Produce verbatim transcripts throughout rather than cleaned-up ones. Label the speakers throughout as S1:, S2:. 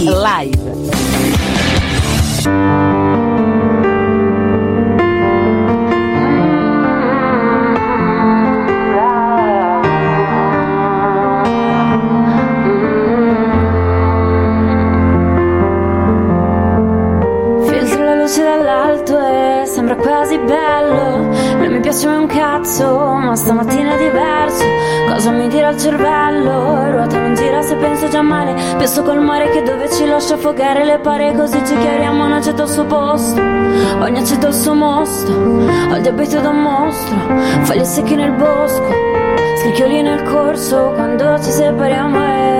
S1: live.
S2: Filtro la luce dall'alto e sembra quasi bello. Non mi piace un cazzo, ma stamattina è diverso. Cosa mi dirà il cervello? Ruota non gira se penso già male. Penso col mare che dove ci lascia affogare le pare. Così ci chiariamo, ogni aceto al suo posto, ogni aceto al suo mostro. Ho il diabete da un mostro, foglie secche nel bosco, scricchioli nel corso. Quando ci separiamo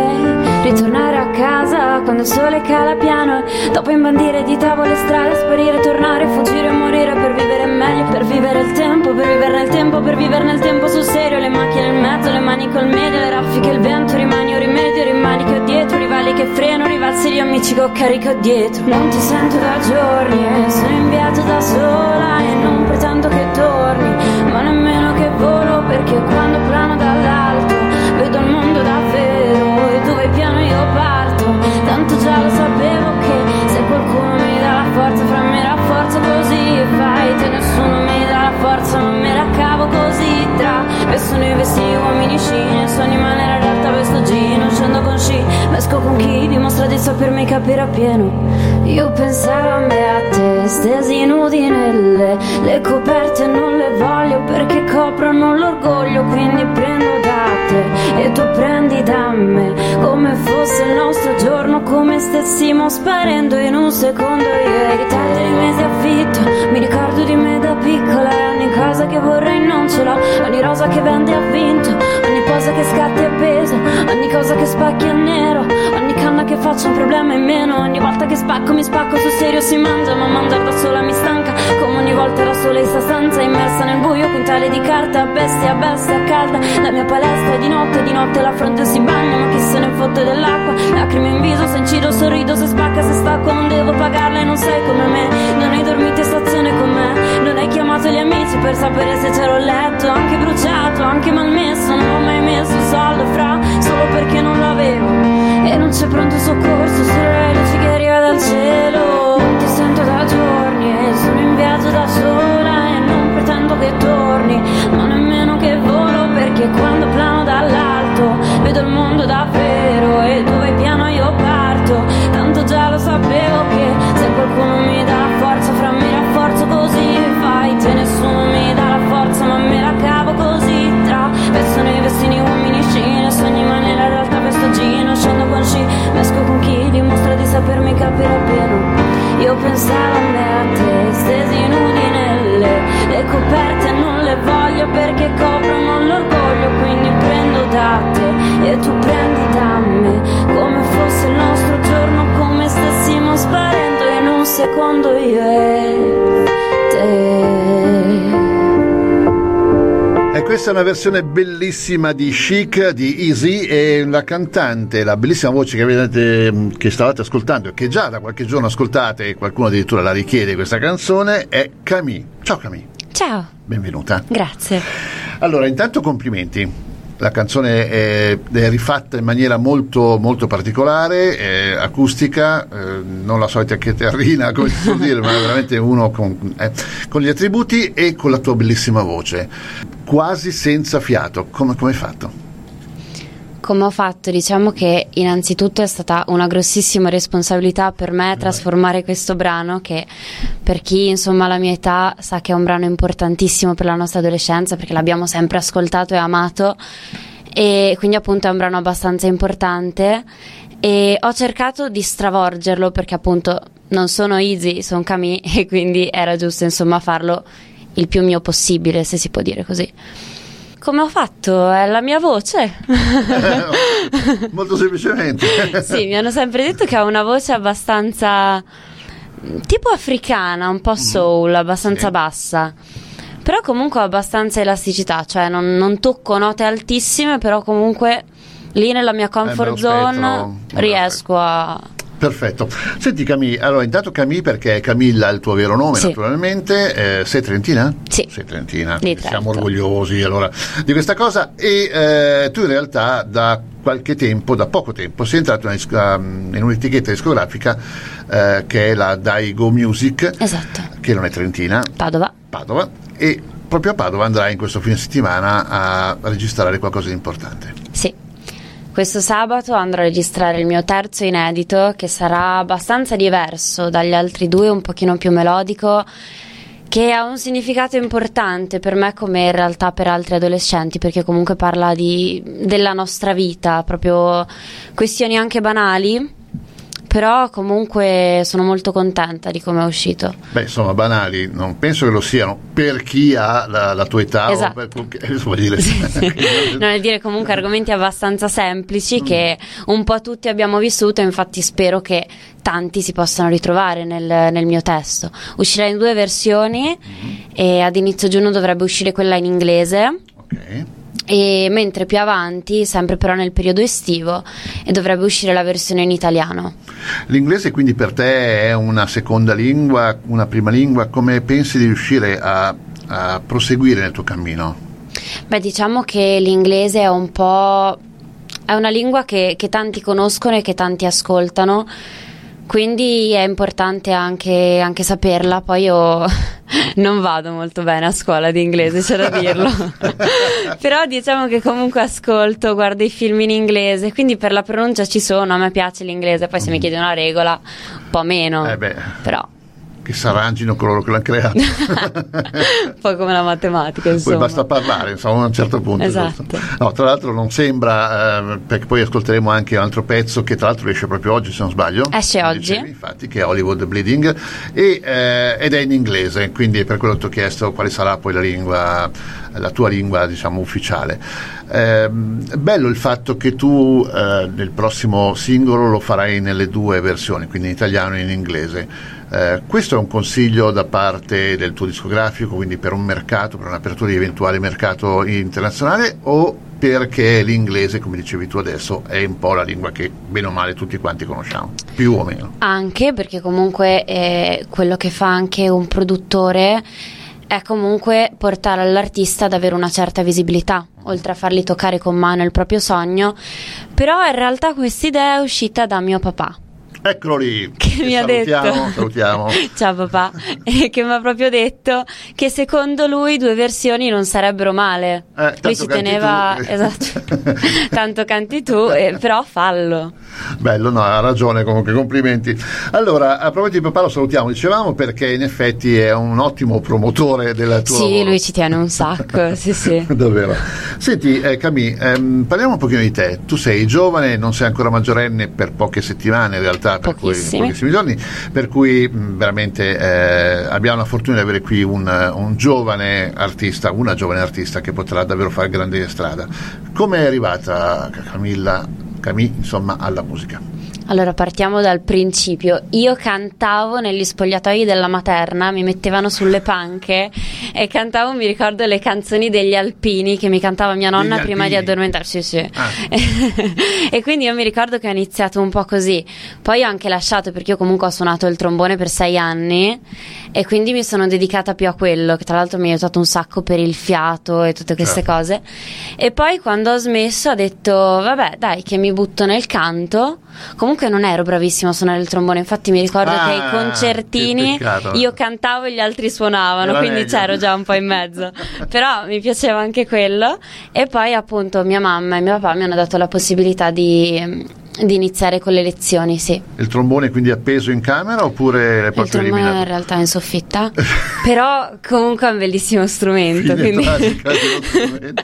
S2: e ritornare a casa quando il sole cala piano. E dopo imbandire di tavole strade, sparire, tornare, fuggire e morire per vivere meglio, per vivere il tempo, per vivere nel tempo, per vivere nel tempo sul serio. Le macchine in mezzo, le mani col medio, le raffiche, il vento, rimani o rimedio, rimani che ho dietro, rivali che freno, rivalsi gli amici che ho carico dietro. Non ti sento da giorni e sono in viaggio da sola e non pretendo che torni, ma nemmeno che volo, perché quando plano dall'alto vedo il mondo davvero e dove piano io parto. Tanto già lo sapevo che se qualcuno mi dà la forza, fra me la forza così fai te, nessuno mi dà la forza ma me la cavo così tra. Vestono i vestiti uomini scene, sogni ma nella realtà vesto gino, scendo con sci, mesco con chi dimostra di sapermi capire appieno. Io pensavo a me, a te, stesi nudi nelle le coperte, non le voglio perché coprono l'orgoglio, quindi prendo da te e tu prendi da me, come fosse il nostro giorno, come stessimo sparendo in un secondo. Io e ritardi di mesi affitto, mi ricordo di me da piccola, ogni cosa che vorrei non ce l'ho, ogni rosa che vende ha vinto, ogni posa che scatti è peso, ogni cosa che spacchi è nero, ogni canna che faccio un problema in meno, ogni volta che spacco mi spacco sul serio, si mangia ma mandar da sola mi stanca, come ogni volta da sola in sta stanza immersa nel buio, quintale di carta, bestia, bestia calda, la mia palestra è di notte, di notte la fronte si bagna, ma chi se ne fotte dell'acqua, lacrime in viso, se incido sorrido, se spacca, se stacco non devo pagarla e non sei come me, non hai dormito in stazione con me, non hai chiamato gli amici per sapere se c'ero a letto, anche bruciato, anche malmesso, non ho mai messo soldo fra, solo perché non lo avevo, e non c'è pronto soccorso, solo le luci che arriva dal cielo. Non ti sento da giorni e sono in viaggio da sola e non pretendo che torni, ma nemmeno che volo, perché quando plano dall'alto vedo il mondo davvero e dove piano io parto. Tanto già lo sapevo che se qualcuno mi dà la forza, fra me rafforzo così fai te, nessuno mi dà la forza ma me la cavo così tra. Vestono i vestiti uomini scene, sogni ma nella realtà vesto gino, scendo con sci, mesco con chi dimostra di sapermi capire appieno. Io pensavo a me, a te, stesi nudi nelle le coperte, non le voglio perché coprono l'orgoglio, quindi prendo da te e tu prendi da me, come fosse il nostro giorno, come stessimo sparendo in un secondo io e te.
S3: E questa è una versione bellissima di Chic di Easy, e la cantante, la bellissima voce che vedete, che stavate ascoltando e che già da qualche giorno ascoltate e qualcuno addirittura la richiede, questa canzone, è Camille. Ciao Camille.
S2: Ciao.
S3: Benvenuta.
S2: Grazie.
S3: Allora, intanto complimenti. La canzone è, è rifatta in maniera molto molto particolare, è acustica, eh, non la solita chitarrina come si può dire, ma veramente uno con, eh, con gli attributi e con la tua bellissima voce, quasi senza fiato. Come hai fatto?
S2: Come ho fatto? Diciamo che innanzitutto è stata una grossissima responsabilità per me trasformare questo brano, che per chi insomma ha la mia età sa che è un brano importantissimo per la nostra adolescenza, perché l'abbiamo sempre ascoltato e amato, e quindi appunto è un brano abbastanza importante, e ho cercato di stravolgerlo perché appunto non sono Easy, sono Camille, e quindi era giusto insomma farlo il più mio possibile, se si può dire così. Come ho fatto? È la mia voce.
S3: Eh, molto semplicemente.
S2: Sì, mi hanno sempre detto che ho una voce abbastanza tipo africana, un po' soul, abbastanza sì. bassa. Però comunque ho abbastanza elasticità, cioè non, non tocco note altissime, però comunque lì nella mia comfort
S3: eh,
S2: zone
S3: spettro,
S2: riesco a,
S3: Perfetto. Senti Camille, allora intanto Camille perché Camilla è il tuo vero nome, sì. Naturalmente, eh, sei trentina?
S2: Sì.
S3: Sei trentina,
S2: Di
S3: siamo orgogliosi allora di questa cosa e eh, tu in realtà da qualche tempo, da poco tempo, sei entrato in, in un'etichetta discografica eh, che è la Daigo Music,
S2: esatto,
S3: che non è trentina,
S2: Padova.
S3: Padova, e proprio a Padova andrai in questo fine settimana a registrare qualcosa di importante.
S2: Sì. Questo sabato andrò a registrare il mio terzo inedito, che sarà abbastanza diverso dagli altri due, un pochino più melodico, che ha un significato importante per me come in realtà per altri adolescenti, perché comunque parla di, della nostra vita, proprio questioni anche banali, però comunque sono molto contenta di come è uscito.
S3: Beh, insomma, banali non penso che lo siano per chi ha la, la tua età,
S2: esatto.
S3: O per, insomma, dire.
S2: Sì, sì. Non è dire comunque argomenti abbastanza semplici che un po' tutti abbiamo vissuto, infatti spero che tanti si possano ritrovare nel, nel mio testo. Uscirà in due versioni, mm-hmm. e ad inizio giugno dovrebbe uscire quella in inglese.
S3: Ok.
S2: E mentre più avanti, sempre però nel periodo estivo, e dovrebbe uscire la versione in italiano.
S3: L'inglese quindi per te è una seconda lingua, una prima lingua? Come pensi di riuscire a, a proseguire nel tuo cammino?
S2: Beh, diciamo che l'inglese è un po' è una lingua che, che tanti conoscono e che tanti ascoltano, quindi è importante anche, anche saperla. Poi io non vado molto bene a scuola di inglese, c'è da dirlo. Però diciamo che comunque ascolto, guardo i film in inglese, quindi per la pronuncia ci sono, a me piace l'inglese, poi se mm. mi chiedi una regola un po' meno,
S3: eh beh.
S2: Però
S3: che s'arrangino coloro che l'hanno creato.
S2: Un po' come la matematica, insomma.
S3: Poi basta parlare, insomma, a un certo punto.
S2: Esatto.
S3: No, tra l'altro non sembra, eh, perché poi ascolteremo anche un altro pezzo che tra l'altro esce proprio oggi, se non sbaglio.
S2: Esce oggi.
S3: Dicevi, infatti, che è Hollywood Bleeding, e, eh, ed è in inglese, quindi per quello ti ho chiesto quale sarà poi la lingua, la tua lingua, diciamo, ufficiale. Eh, bello il fatto che tu eh, nel prossimo singolo lo farai nelle due versioni, quindi in italiano e in inglese. Eh, questo è un consiglio da parte del tuo discografico, quindi per un mercato, per un'apertura di eventuale mercato internazionale, o perché l'inglese, come dicevi tu adesso, è un po' la lingua che bene o male tutti quanti conosciamo, più o meno?
S2: Anche perché comunque è quello che fa anche un produttore, è comunque portare all'artista ad avere una certa visibilità, oltre a fargli toccare con mano il proprio sogno. Però in realtà quest'idea è uscita da mio papà.
S3: Eccolo lì,
S2: che mi ha
S3: salutiamo,
S2: detto
S3: salutiamo.
S2: Ciao papà, e che mi ha proprio detto che secondo lui due versioni non sarebbero male.
S3: Eh,
S2: lui ci teneva, esatto, tanto canti tu, eh, però fallo.
S3: Bello, no, ha ragione, comunque complimenti. Allora, a proposito di papà lo salutiamo, dicevamo, perché in effetti è un ottimo promotore del tuo
S2: sì,
S3: lavoro.
S2: lui ci tiene un sacco, sì sì.
S3: Davvero. Senti, eh, Camille, ehm, parliamo un pochino di te. Tu sei giovane, non sei ancora maggiorenne per poche settimane in realtà, per cui, pochissimi giorni, per cui mh, veramente eh, abbiamo la fortuna di avere qui un, un giovane artista, una giovane artista che potrà davvero fare grande strada. Come è arrivata Camilla, Camille, insomma, alla musica?
S2: Allora partiamo dal principio. Io cantavo negli spogliatoi della materna, mi mettevano sulle panche e cantavo, mi ricordo, le canzoni degli Alpini che mi cantava mia nonna
S3: degli
S2: prima
S3: Alpini.
S2: di addormentarsi, sì, sì.
S3: Ah.
S2: E quindi io mi ricordo che ho iniziato un po' così, poi ho anche lasciato perché io comunque ho suonato il trombone per sei anni e quindi mi sono dedicata più a quello, che tra l'altro mi ha aiutato un sacco per il fiato e tutte queste certo. cose. E poi quando ho smesso ho detto vabbè dai che mi butto nel canto. Comunque non ero bravissima a suonare il trombone, infatti mi ricordo
S3: ah,
S2: che ai concertini io cantavo e gli altri suonavano, quindi
S3: meglio.
S2: C'ero già un po' in mezzo, però mi piaceva anche quello. E poi appunto mia mamma e mio papà mi hanno dato la possibilità di, di iniziare con le lezioni, sì.
S3: Il trombone quindi appeso in camera oppure l'hai proprio eliminato?
S2: Il trombone in realtà è in soffitta, però comunque è un bellissimo strumento.
S3: Fine
S2: quindi...
S3: tragica di uno strumento.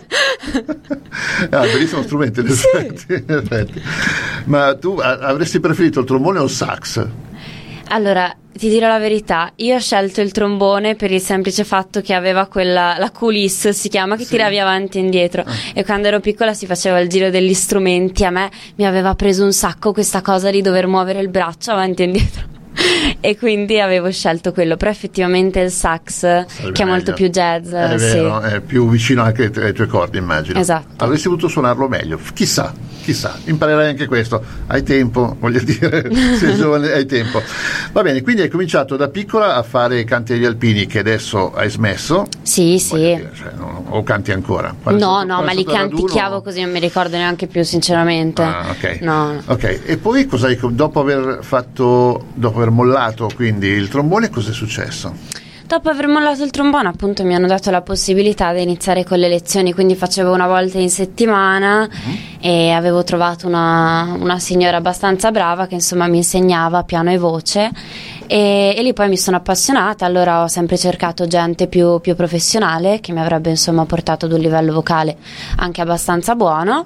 S3: Ah, bellissimo strumento in,
S2: sì.
S3: effetti, in effetti. Ma tu a- avresti preferito il trombone o il sax?
S2: Allora, ti dirò la verità, io ho scelto il trombone per il semplice fatto che aveva quella, la coulisse si chiama, che sì. tiravi avanti e indietro, ah. e quando ero piccola si faceva il giro degli strumenti, a me mi aveva preso un sacco questa cosa di dover muovere il braccio avanti e indietro. E quindi avevo scelto quello, però effettivamente il sax, sarebbe che è molto
S3: meglio.
S2: Più jazz,
S3: è
S2: sì.
S3: vero, è più vicino anche ai tuoi cordi, immagino.
S2: Esatto.
S3: Avresti potuto suonarlo meglio, chissà. chissà, imparerai anche questo, hai tempo, voglio dire, sei giovane, hai tempo. Va bene, quindi hai cominciato da piccola a fare canti agli alpini, che adesso hai smesso.
S2: Sì, sì.
S3: Dire, cioè, no, o canti ancora? Quale
S2: no,
S3: stato,
S2: no, ma li canticchiavo così, non mi ricordo neanche più, sinceramente.
S3: Ah, ok.
S2: No.
S3: Ok, e poi cosa hai, dopo aver fatto, dopo aver mollato quindi il trombone, cosa è successo?
S2: Dopo aver mollato il trombone, appunto, mi hanno dato la possibilità di iniziare con le lezioni, quindi facevo una volta in settimana uh-huh. e avevo trovato una, una signora abbastanza brava che insomma mi insegnava piano e voce, e, e lì poi mi sono appassionata. Allora ho sempre cercato gente più, più professionale, che mi avrebbe insomma portato ad un livello vocale anche abbastanza buono,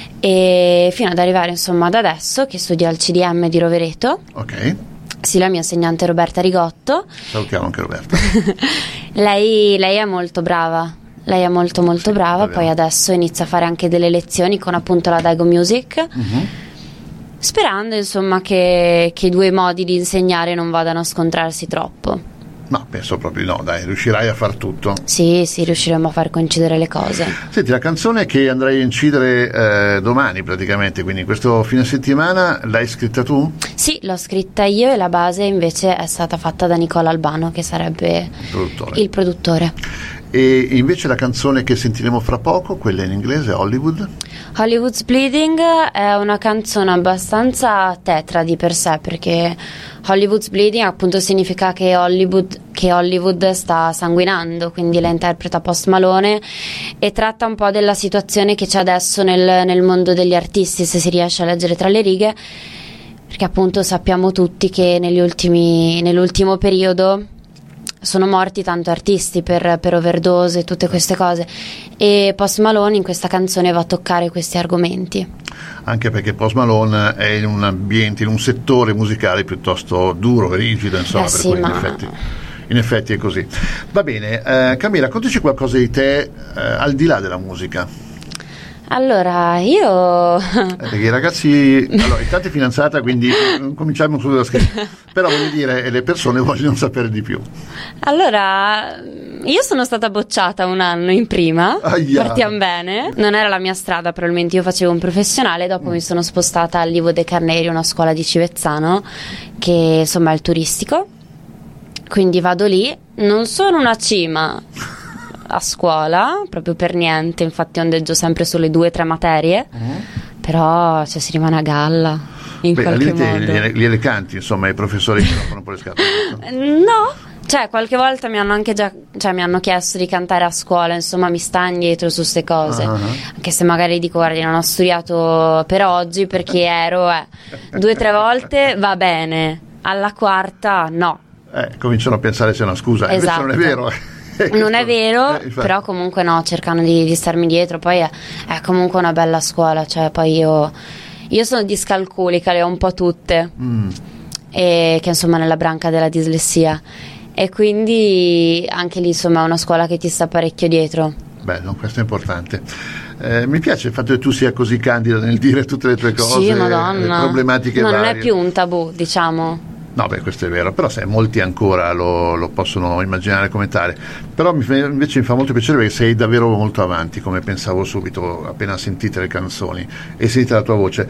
S2: e fino ad arrivare insomma ad adesso che studio al C D M di Rovereto.
S3: Ok.
S2: Sì, la mia insegnante Roberta Rigotto.
S3: Salutiamo anche Roberta.
S2: lei, lei è molto brava, lei è molto molto sì, brava, poi adesso inizia a fare anche delle lezioni con appunto la Daigo Music, uh-huh. sperando insomma che, che i due modi di insegnare non vadano a scontrarsi troppo.
S3: No, penso proprio no, dai, riuscirai a far tutto.
S2: Sì, sì, riusciremo a far coincidere le cose.
S3: Senti, la canzone che andrai a incidere eh, domani praticamente, quindi questo fine settimana, l'hai scritta tu?
S2: Sì, l'ho scritta io, e la base invece è stata fatta da Nicola Albano, che sarebbe il produttore. Il produttore.
S3: E invece la canzone che sentiremo fra poco, quella in inglese, Hollywood?
S2: Hollywood's Bleeding è una canzone abbastanza tetra di per sé, perché Hollywood's Bleeding appunto significa che Hollywood, che Hollywood sta sanguinando, quindi la interpreta Post Malone e tratta un po' della situazione che c'è adesso nel, nel mondo degli artisti, se si riesce a leggere tra le righe, perché appunto sappiamo tutti che negli ultimi, nell'ultimo periodo sono morti tanti artisti per, per overdose e tutte queste cose, e Post Malone in questa canzone va a toccare questi argomenti.
S3: Anche perché Post Malone è in un ambiente, in un settore musicale piuttosto duro e rigido, insomma,
S2: eh
S3: per
S2: sì,
S3: cui
S2: ma...
S3: in effetti in effetti è così. Va bene, eh, Camilla, raccontaci qualcosa di te eh, al di là della musica.
S2: Allora, io...
S3: Eh, perché i ragazzi... Allora, intanto è fidanzata, quindi cominciamo subito da scrivere. Però voglio dire, le persone vogliono sapere di più.
S2: Allora, io sono stata bocciata un anno in prima,
S3: Aia.
S2: Partiamo bene. Non era la mia strada, probabilmente io facevo un professionale, dopo mm. mi sono spostata al Livo dei Carneri, una scuola di Civezzano, che insomma è il turistico. Quindi vado lì, non sono una cima a scuola, proprio per niente, infatti ondeggio sempre sulle due o tre materie, uh-huh. però cioè, si rimane a galla in
S3: Beh,
S2: qualche modo.
S3: Gliele, gliele canti, insomma, i professori che rompono un po' le scatole?
S2: No, cioè qualche volta mi hanno anche già, cioè mi hanno chiesto di cantare a scuola, insomma mi stanno dietro su queste cose, uh-huh. anche se magari dico guardi non ho studiato per oggi perché ero eh. due o tre volte va bene, alla quarta no.
S3: Eh, cominciano a pensare sia una scusa,
S2: esatto.
S3: Invece non è vero.
S2: Non è vero,
S3: eh,
S2: però comunque no, cercano di, di starmi dietro, poi è, è comunque una bella scuola, cioè poi io, io sono discalculica, le ho un po' tutte, mm. e che insomma nella branca della dislessia, e quindi anche lì insomma è una scuola che ti sta parecchio dietro.
S3: Bello, questo è importante. Eh, mi piace il fatto che tu sia così candida nel dire tutte le tue cose,
S2: sì, Madonna.
S3: problematiche
S2: no,
S3: varie.
S2: Non è più un tabù, diciamo.
S3: No, beh, questo è vero, però sai, molti ancora lo, lo possono immaginare come tale. Però mi, invece mi fa molto piacere perché sei davvero molto avanti, come pensavo subito appena sentite le canzoni e sentite la tua voce.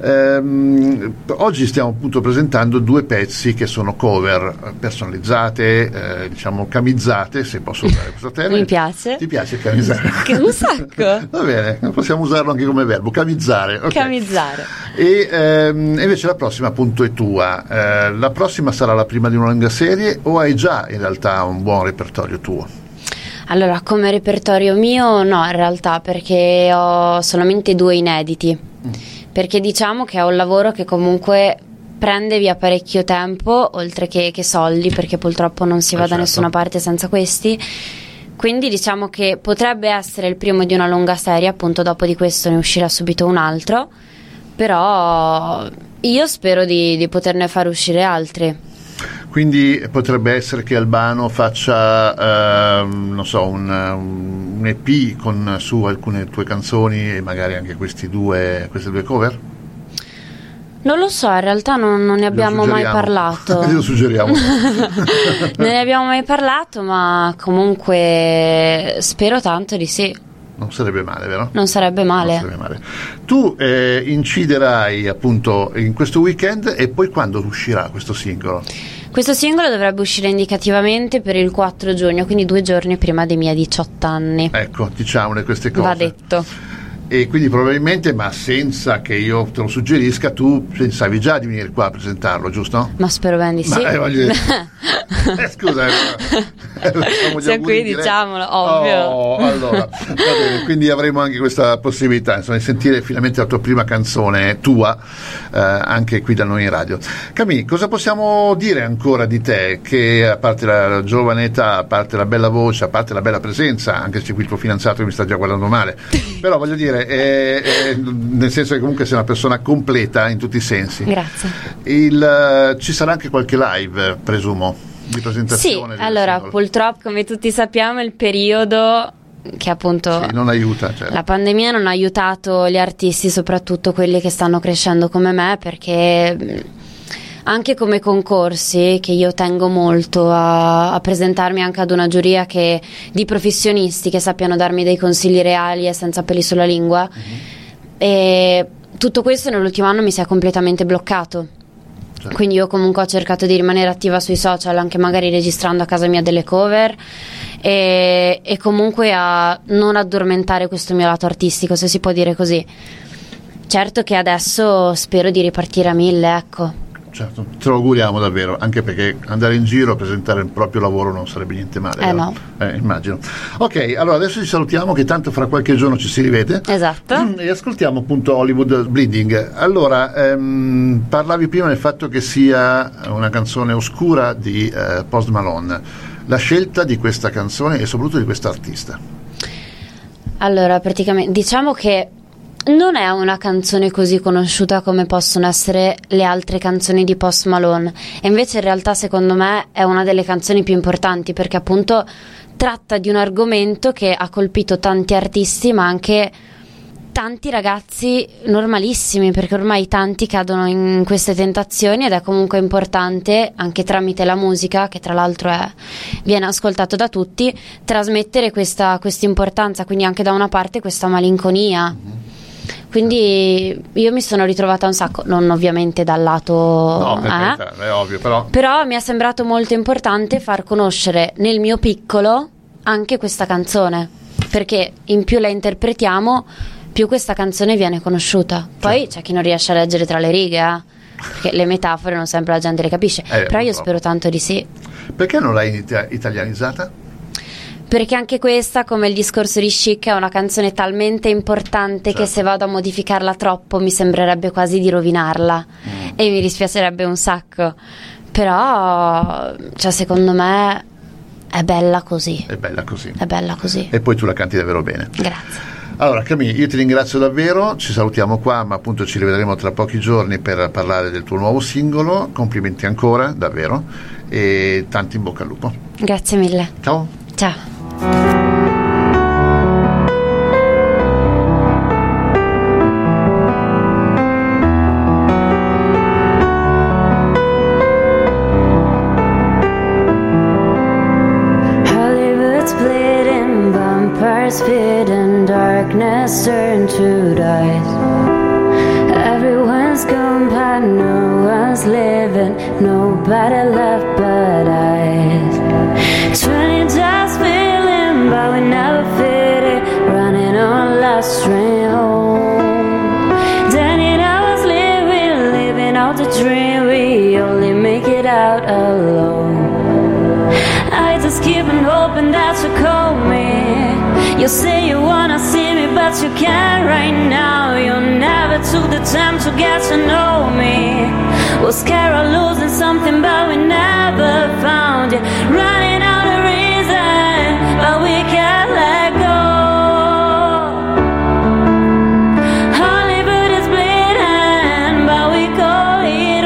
S3: Ehm, oggi stiamo appunto presentando due pezzi che sono cover personalizzate, eh, diciamo camizzate, se posso usare questo termine.
S2: Mi piace.
S3: Ti piace camizzare?
S2: Un sacco.
S3: Va bene, possiamo usarlo anche come verbo, camizzare. Okay.
S2: Camizzare.
S3: E ehm, invece la prossima appunto è tua. Eh, la prossima sarà la prima di una lunga serie o hai già in realtà un buon repertorio tuo?
S2: Allora, come repertorio mio no, in realtà, perché ho solamente due inediti, mm. perché diciamo che è un lavoro che comunque prende via parecchio tempo, oltre che, che soldi, perché purtroppo non si va eh da certo. nessuna parte senza questi. Quindi diciamo che potrebbe essere il primo di una lunga serie, appunto dopo di questo ne uscirà subito un altro, però io spero di, di poterne far uscire altri.
S3: Quindi potrebbe essere che Albano faccia eh, non so un, un E P con su alcune tue canzoni e magari anche questi due, queste due cover?
S2: Non lo so, in realtà non, non ne abbiamo mai parlato.
S3: Lo suggeriamo.
S2: Non ne abbiamo mai parlato, ma comunque spero tanto di sì.
S3: Non sarebbe male, vero?
S2: Non sarebbe male.
S3: Non sarebbe male. Tu eh, inciderai appunto in questo weekend, e poi quando uscirà questo singolo?
S2: Questo singolo dovrebbe uscire indicativamente per il quattro giugno, quindi due giorni prima dei miei diciotto anni.
S3: Ecco, diciamole queste cose.
S2: Va detto.
S3: E quindi probabilmente, ma senza che io te lo suggerisca, tu pensavi già di venire qua a presentarlo, giusto?
S2: Ma spero bene di sì.
S3: Ma, eh, voglio dire... eh, scusa, eh,
S2: siamo qui, diciamolo, ovvio.
S3: Oh, allora, va bene, quindi avremo anche questa possibilità, insomma, di sentire finalmente la tua prima canzone tua eh, anche qui da noi in radio. Camì, cosa possiamo dire ancora di te, che a parte la giovane età, a parte la bella voce, a parte la bella presenza, anche se qui il tuo fidanzato mi sta già guardando male, però voglio dire, eh, eh, nel senso che comunque sei una persona completa in tutti i sensi.
S2: Grazie.
S3: Il, ci sarà anche qualche live, presumo, di presentazione?
S2: Sì, allora
S3: singolo.
S2: Purtroppo, come tutti sappiamo, il periodo che appunto
S3: sì, non aiuta, certo.
S2: La pandemia non ha aiutato gli artisti, soprattutto quelli che stanno crescendo come me, perché anche come concorsi, che io tengo molto a, a presentarmi anche ad una giuria che, di professionisti che sappiano darmi dei consigli reali e senza peli sulla lingua, mm-hmm. e tutto questo nell'ultimo anno mi si è completamente bloccato. Certo. Quindi io comunque ho cercato di rimanere attiva sui social, anche magari registrando a casa mia delle cover, e, e comunque a non addormentare questo mio lato artistico, se si può dire così. Certo che adesso spero di ripartire a mille, ecco.
S3: Certo, te lo auguriamo davvero, anche perché andare in giro a presentare il proprio lavoro non sarebbe niente male.
S2: Eh no.
S3: Eh, immagino. Ok, allora adesso ci salutiamo, che tanto fra qualche giorno ci si rivede.
S2: Esatto.
S3: E ascoltiamo appunto Hollywood Bleeding. Allora, ehm, parlavi prima del fatto che sia una canzone oscura di eh, Post Malone. La scelta di questa canzone e soprattutto di questo artista?
S2: Allora, praticamente, diciamo che non è una canzone così conosciuta come possono essere le altre canzoni di Post Malone, e invece in realtà secondo me è una delle canzoni più importanti, perché appunto tratta di un argomento che ha colpito tanti artisti, ma anche tanti ragazzi normalissimi, perché ormai tanti cadono in queste tentazioni, ed è comunque importante, anche tramite la musica, che tra l'altro è, viene ascoltato da tutti, trasmettere questa questa importanza, quindi anche da una parte questa malinconia. Quindi io mi sono ritrovata un sacco, non ovviamente dal lato
S3: no, per
S2: eh,
S3: carità, è ovvio, però
S2: però mi è sembrato molto importante far conoscere nel mio piccolo anche questa canzone, perché in più la interpretiamo, più questa canzone viene conosciuta. Poi certo. C'è chi non riesce a leggere tra le righe, eh? Perché le metafore non sempre la gente le capisce, eh, però io spero tanto di sì.
S3: Perché non l'hai it- italianizzata?
S2: Perché anche questa, come il discorso di Chic, è una canzone talmente importante, certo, che se vado a modificarla troppo mi sembrerebbe quasi di rovinarla, mm. e mi dispiacerebbe un sacco. Però, cioè, secondo me è bella così.
S3: È bella così.
S2: È bella così.
S3: E poi tu la canti davvero bene.
S2: Grazie.
S3: Allora Camille, io ti ringrazio davvero, ci salutiamo qua, ma appunto ci rivedremo tra pochi giorni per parlare del tuo nuovo singolo. Complimenti ancora, davvero, e tanti in bocca al lupo.
S2: Grazie mille.
S3: Ciao.
S2: Ciao.
S1: Hollywood's bleeding, bumpers fading, darkness turned to dice. Everyone's gone but no one's living, nobody left but us. Twenty just feeling, but we never fit it, running on last train home. Danny and I was living, living out the dream, we only make it out alone. I just keep on hoping that you call me. You say you wanna see me, but you can't right now. You never took the time to get to know me. Was scared of losing something, but we never found it. Running out of reason, but we can't let go. Hollywood is bleeding, but we call it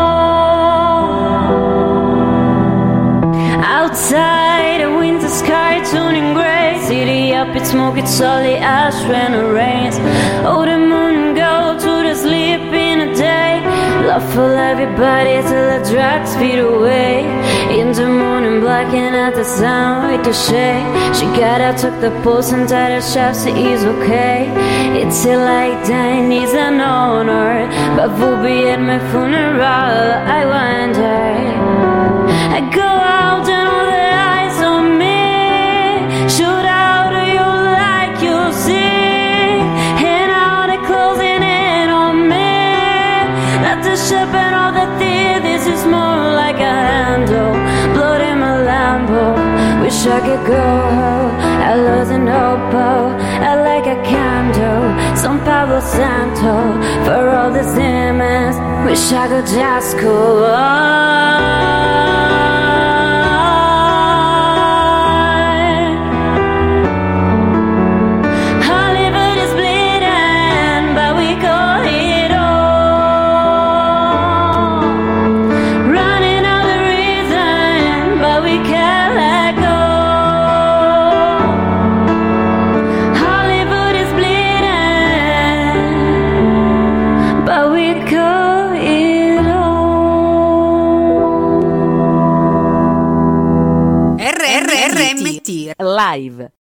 S1: home. Outside, a winter sky turning gray. City up, it's smoke, it's all the ash when it rains. Oh, the moon go to the sleep in a day. Love will have you everybody till the drugs fade away. In the morning, blacking out the sound with the shade. She got out, took the pulse and tied her shaft, so he's okay. It's like dying is an honor, but who'll be at my funeral, I wonder. I go out and all the eyes on me, shoot out of you like you see, and now they're closing in on me. Not the ship and all the things, this is more like a handle, blood in my Lambo. Wish I could go, I lose an opal, I like a candle, some Pablo Santo, for all the demons. Wish I could just go on. Hollywood is bleeding, but we got it all. Running out of reason, but we can't let go. Hollywood is bleeding, but we got it all.
S4: R R R M T Live.